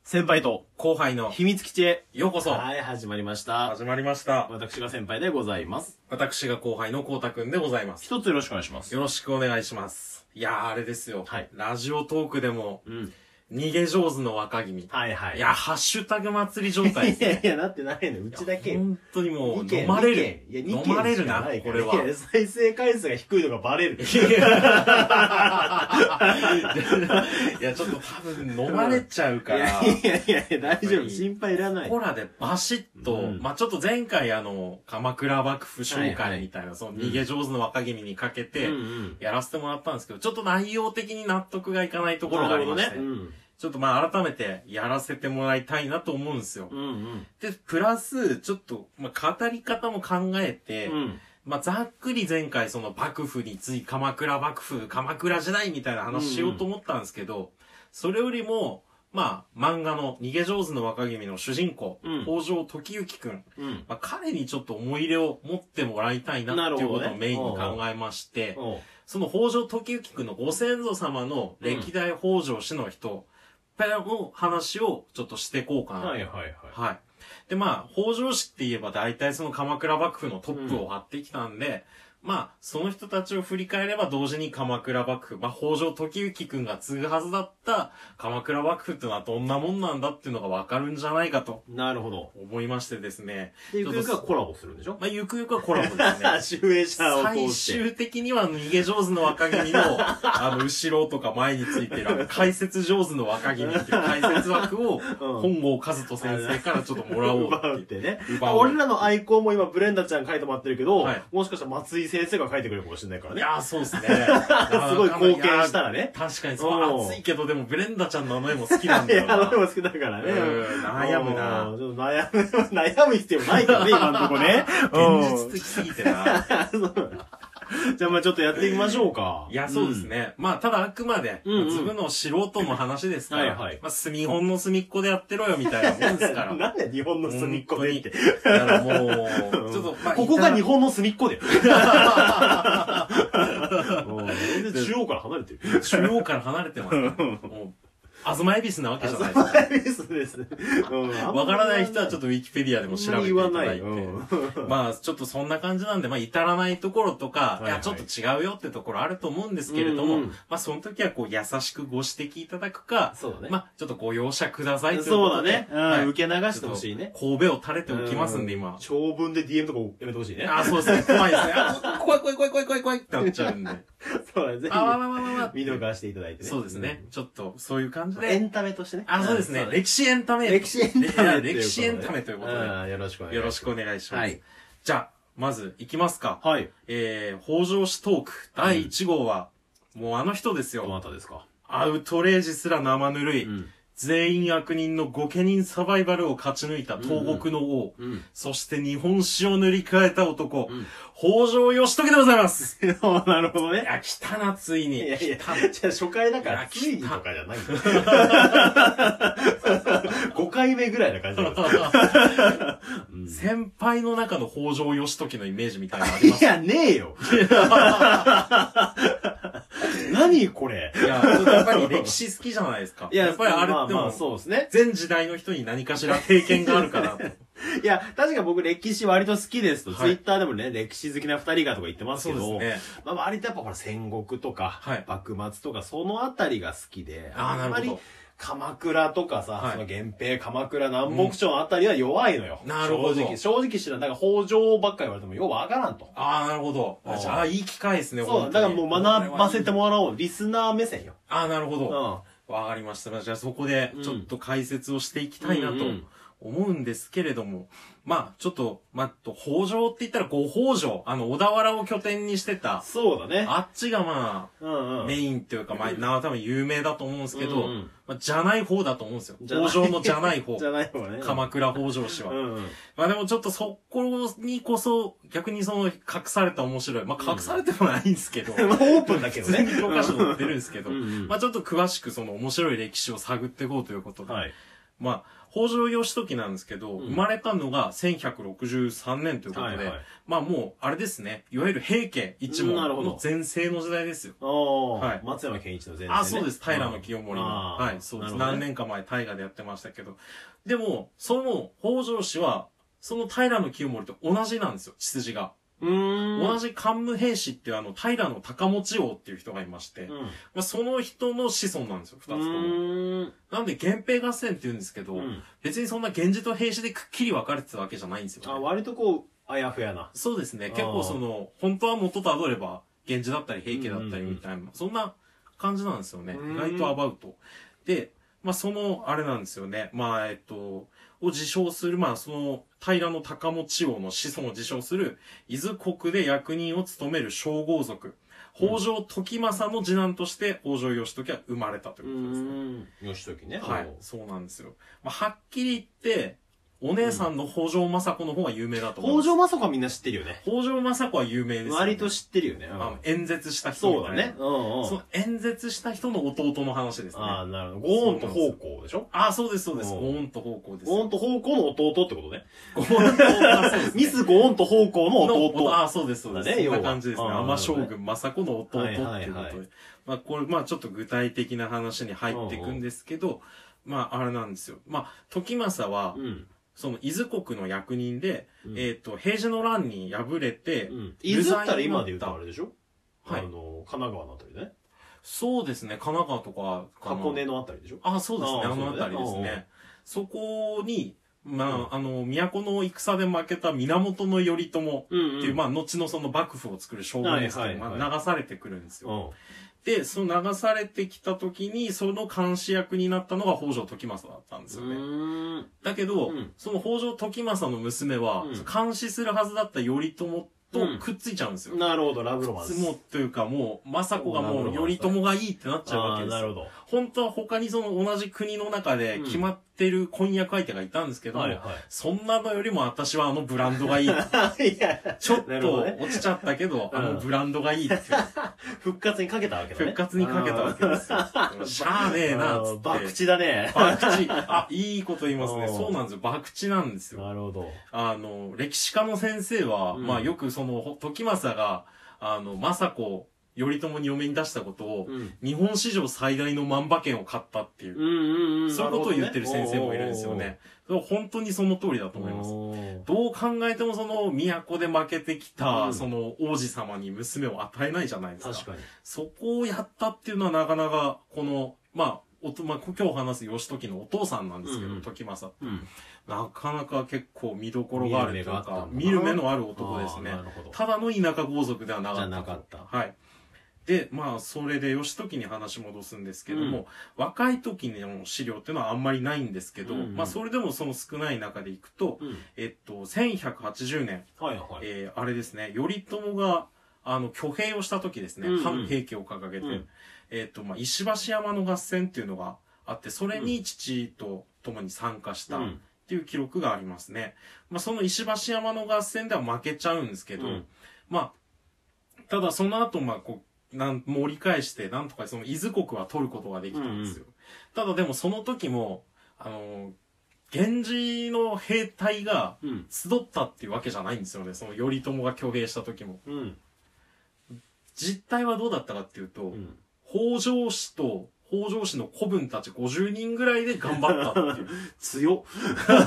先輩と後輩の秘密基地へようこそ。 はい、始まりました。 始まりました。 私が先輩でございます。 私が後輩のこうたくんでございます。 一つよろしくお願いします。 よろしくお願いします。いやー、あれですよ。 はい。 ラジオトークでも、逃げ上手の若君。 はいはい。 いや、ハッシュタグ祭り状態ですね。 いや、なってないの。うちだけ。 本当にもう、飲まれる。飲まれるな、これは。 いや、再生回数が低いのがバレる。 いや、ちょっと多分飲まれちゃうから。 いや、大丈夫。心配いらない。 コラでバシッと、まあちょっと前回鎌倉幕府紹介みたいな、その逃げ上手の若君にかけて、やらせてもらったんですけど、ちょっと内容的に納得がいかないところがありまして、ちょっとまあ改めてやらせてもらいたいなと思うんですよ。で、プラス、ちょっと、まあ語り方も考えて、まあざっくり前回その幕府について、鎌倉幕府、鎌倉時代みたいな話しようと思ったんですけど、それよりも、まあ漫画の逃げ上手の若君の主人公、北条時行くん、まあ彼にちょっと思い入れを持ってもらいたいなっていうことをメインに考えまして、その北条時行くんのご先祖様の歴代北条氏の人、の話をちょっとしていこうかな。はい。で、まあ、北条氏って言えば大体その鎌倉幕府のトップを張ってきたんで、まあ、その人たちを振り返れば同時に鎌倉幕府、まあ、北条時行くんが継ぐはずだった鎌倉幕府ってのはどんなもんなんだっていうのがわかるんじゃないかと。 なるほど。 思いましてですね。 で、ゆくゆくはコラボするんでしょ？ まあ、ゆくゆくはコラボですね。 集英社を通して。 最終的には逃げ上手の若君の、後ろとか前についてる、解説上手の若君っていう解説枠を、本郷和人先生からちょっともらおうってね。俺らのアイコンも今ブレンダちゃん書いてもらってるけど、もしかしたら松井先生が書いてくれるかもしれないからね。 いやー、そうですね。 すごい貢献したらね。 確かにそう、熱いけど、でもブレンダちゃんの名前も好きなんだよな。 名前も好きだからね。 悩むな。 ちょっと悩む必要ないからね、今のとこね。 現実的すぎてな。 じゃあまあちょっとやってみましょうか。 いや、そうですね。まあ、ただあくまで、自分の素人の話ですから、まあ、日本の隅っこでやってろよみたいなもんですから。 なんで日本の隅っこでって。 だからもう、ちょっと、まあ、 ここが日本の隅っこで。全然中央から離れてる。 中央から離れてます。東恵比寿なわけじゃないですか。 東恵比寿ですね。 わからない人はちょっとウィキペディアでも調べていただいて。まあ、ちょっとそんな感じなんで、まあ、至らないところとか、いや、ちょっと違うよってところあると思うんですけれども、まあ、その時はこう、優しくご指摘いただくか、まあ、ちょっとご容赦くださいということで。 そうだね。受け流してほしいね。 神戸を垂れておきますんで、今。 長文で DM とかやめてほしいね。 あ、そうですね。怖いですね。怖いってなっちゃうんで。 そうだね。ぜひ、見逃していただいてね。 そうですね。ちょっと、そういう感じで。 エンタメとしてね。 あ、そうですね。歴史エンタメ。 歴史エンタメ。 歴史エンタメということで。 よろしくお願いします。 よろしくお願いします。じゃあ、まず、行きますか。 はい。 北条氏トーク第1号は、もうあの人ですよ。 どなたですか？ アウトレイジすら生ぬるい。全員悪人の御家人サバイバルを勝ち抜いた東国の王。そして日本史を塗り替えた男。北条義時でございます。 なるほどね。 いや、来たな、ついに。 いや、じゃあ初回だから、ついにとかじゃない5回目ぐらいな感じなんです先輩の中の北条義時のイメージみたいなのあります？ いや、ねえよ。何これ。 いや、やっぱり歴史好きじゃないですか。やっぱりあれっても、 そうですね。 全時代の人に何かしら経験があるかなと。 いや、確か僕歴史割と好きですと、ツイッターでもね、歴史好きな二人がとか言ってますけど、まあ割とやっぱほら戦国とか、幕末とかそのあたりが好きで、あんまり鎌倉とかさ、その源平、鎌倉、南北朝のあたりは弱いのよ。 なるほど。 正直知らん。なんか北条ばっかり言われてもようわからんと。 ああ、なるほど。じゃあ、いい機会ですね、 そう、だからもう学ばせてもらおう。リスナー目線よ。 ああ、なるほど。わかりました。じゃあそこで、ちょっと解説をしていきたいなと思うんですけれども、まあ、ちょっと、北条って言ったらご北条、小田原を拠点にしてた。 そうだね。 あっちがまあ、メインっていうか、まあ、多分有名だと思うんですけど、じゃない方だと思うんですよ。北条のじゃない方。 じゃない方ね。 鎌倉北条氏は。まあでもちょっとそこにこそ、逆にその、隠された面白い。まあ隠されてもないんですけど。 まあオープンだけどね。 普通に教科書載ってるんですけど。まあちょっと詳しくその面白い歴史を探っていこうということで。 まあ、北条義時なんですけど、生まれたのが1163年ということで、まあもう、あれですね、いわゆる平家一門の全盛の時代ですよ。 はい。松山健一の前世、ね。 そうです。平清盛の。はい、そうです。何年か前大河でやってましたけど。でも、その北条氏は、その平清盛と同じなんですよ、血筋が。同じ桓武平氏っていう平高持王っていう人がいまして、まあ、その人の子孫なんですよ、二つとも。なんで源平合戦って言うんですけど、別にそんな源氏と平氏でくっきり分かれてたわけじゃないんですよ、ね。 割とこう、あやふやな。 そうですね。結構本当は元たどれば、源氏だったり平家だったりみたいな、そんな感じなんですよね。意外とアバウト。で、まあ、あれなんですよね。まあ、を自称する、まあ、平高持王の子孫を自称する、伊豆国で役人を務める将豪族、北条時政の次男として、北条義時は生まれたということですね。 義時ね。 はい。そうなんですよ。まあ、はっきり言って、お姉さんの北条政子の方が有名だと思います。 北条政子はみんな知ってるよね。 北条政子は有名です、ね。 割と知ってるよね。 演説した人みたいな。 そうだね。 その演説した人の弟の話ですね。 なるほど。ゴーンと方向でしょ？ そうです、そうです。ゴーンと方向です。 ゴーンと方向の弟ってことね。ゴーンと方向。ミスゴーンと方向の弟。 そうです、そうです。そんな感じですね。天将軍政子の弟っていうことで。まあ、これ、まあ、ちょっと具体的な話に入っていくんですけど、まあ、あれなんですよ。まあ、時政は、その伊豆国の役人で、平治の乱に敗れて、 伊豆ったら今で言うとあれでしょ？ はい。 神奈川のあたりね。 そうですね、神奈川とか。 箱根のあたりでしょ？ そうですね、あのあたりですね。そこに、まあ、都の戦で負けた源頼朝っていう、まあ、後のその幕府を作る将軍ですけど、まあ、流されてくるんですよ。で、その流されてきた時に、その監視役になったのが北条時政だったんですよね。だけど、その北条時政の娘は、監視するはずだった頼朝とくっついちゃうんですよ。 なるほど、ラブロマンス。 もう、というかもう、政子がもう頼朝がいいってなっちゃうわけですよ。なるほど。本当は他にその同じ国の中で決まってる婚約相手がいたんですけど、そんなのよりも私はブランドがいい。ちょっと落ちちゃったけど、ブランドがいいって。 復活にかけたわけだね。 復活にかけたわけですよ。しゃあねえな、つって。 博打だね。 博打。いいこと言いますね。そうなんですよ。博打なんですよ。 なるほど。 歴史家の先生は、まあよく時政が、政子、頼朝に嫁に出したことを、日本史上最大の万馬券を買ったっていう、そういうことを言ってる先生もいるんですよね。本当にその通りだと思います。どう考えても都で負けてきた、王子様に娘を与えないじゃないですか。 確かに。 そこをやったっていうのはなかなか、まあ、今日話す義時のお父さんなんですけど、時政って。なかなか結構見どころがあるというか、見る目のある男ですね。ただの田舎豪族ではなかった。はい。で、まあ、それで義時に話戻すんですけども、若い時の資料っていうのはあんまりないんですけど、まあ、それでもその少ない中でいくと、1180年、あれですね、頼朝が、挙兵をした時ですね、反平家を掲げて、まあ、石橋山の合戦っていうのがあって、それに父と共に参加したっていう記録がありますね。まあ、その石橋山の合戦では負けちゃうんですけど、まあ、ただその後、まあ、盛り返して、なんとか伊豆国は取ることができたんですよ。ただでもその時も、源氏の兵隊が集ったっていうわけじゃないんですよね。頼朝が挙兵した時も。実態はどうだったかっていうと、北条氏と北条氏の子分たち50人ぐらいで頑張ったっていう。 強っ。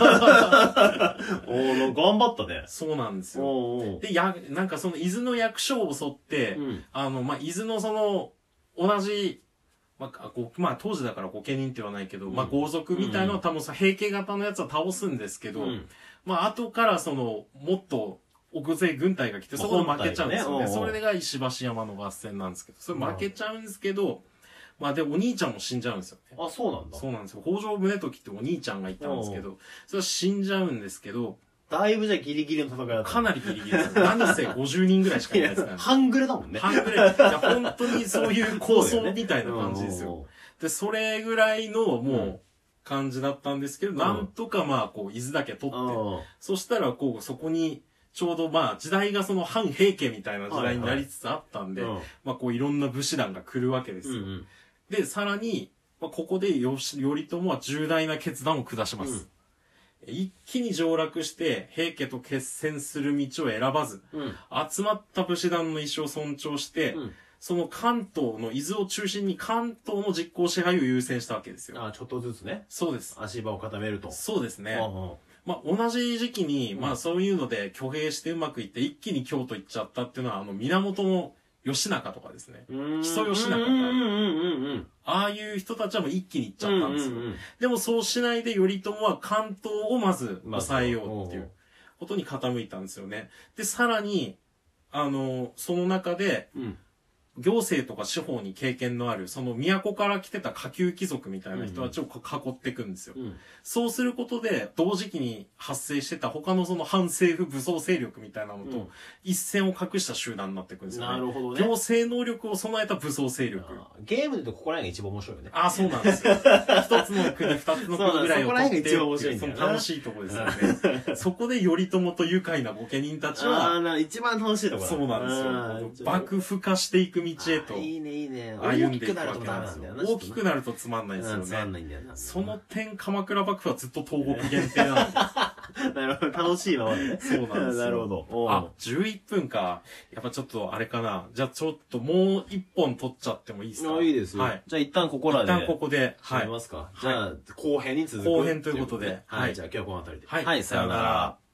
頑張ったね。 そうなんですよ。で、なんか伊豆の役所を襲って、まあ、伊豆の同じ、まあ、当時だから御家人って言わないけど、まあ、豪族みたいなのは多分平家型のやつは倒すんですけど、まあ、後からもっと、奥勢軍隊が来て、そこで負けちゃうんですよね。それが石橋山の合戦なんですけど、それ負けちゃうんですけど、まあで、お兄ちゃんも死んじゃうんですよね。 そうなんだ。 そうなんですよ。北条宗時ってお兄ちゃんがいたんですけど、それは死んじゃうんですけど、 だいぶじゃあギリギリの戦いだった。 かなりギリギリです。何せ50人ぐらいしかいないですからね。 半グレだもんね。 半グレ。いや、本当にそういう構想みたいな感じですよ。で、それぐらいの、もう、感じだったんですけど、なんとかまあ、伊豆だけ取って、そしたら、そこに、ちょうどまあ、時代が反平家みたいな時代になりつつあったんで、まあ、いろんな武士団が来るわけですよ。で、さらに、 ここで頼朝は重大な決断を下します。一気に上洛して平家と決戦する道を選ばず、集まった武士団の意思を尊重して、その関東の伊豆を中心に関東の実効支配を優先したわけですよ。 ちょっとずつね。 そうです。 足場を固めると。 そうですね。同じ時期に、そういうので挙兵してうまくいって一気に京都行っちゃったっていうのは、源の義仲とかですね。木曽義仲とか。ああいう人たちはもう一気に行っちゃったんですよ。でもそうしないで頼朝は関東をまず抑えようっていうことに傾いたんですよね。で、さらに、その中で、行政とか司法に経験のある、その都から来てた下級貴族みたいな人たちを囲っていくんですよ。そうすることで、同時期に発生してた他のその反政府武装勢力みたいなのと、一線を画した集団になっていくんですよね。 なるほどね。 行政能力を備えた武装勢力。 ゲームで言うとここら辺が一番面白いよね。 そうなんですよ。一つの国、二つの国ぐらいを取って、その楽しいとこですよね。そこで頼朝と愉快な御家人たちは、 一番楽しいところ。 そうなんですよ。幕府化していく道へと。 いいね、いいね。 歩んでいくわけなんですよ。大きくなるとつまんないですよね。 つまんないんだよな。 その点、鎌倉幕府はずっと東国限定なんで。 なるほど。楽しいままでね。 そうなんですよ。 なるほど。 11分か。やっぱちょっとあれかな。じゃあちょっともう一本取っちゃってもいいですか？ いいですよ。はい。じゃあ一旦ここらで。 一旦ここで。 はい。ますか。じゃあ後編に続く。 後編ということで。 はい。じゃあ今日はこの辺りで。 はい。さようなら。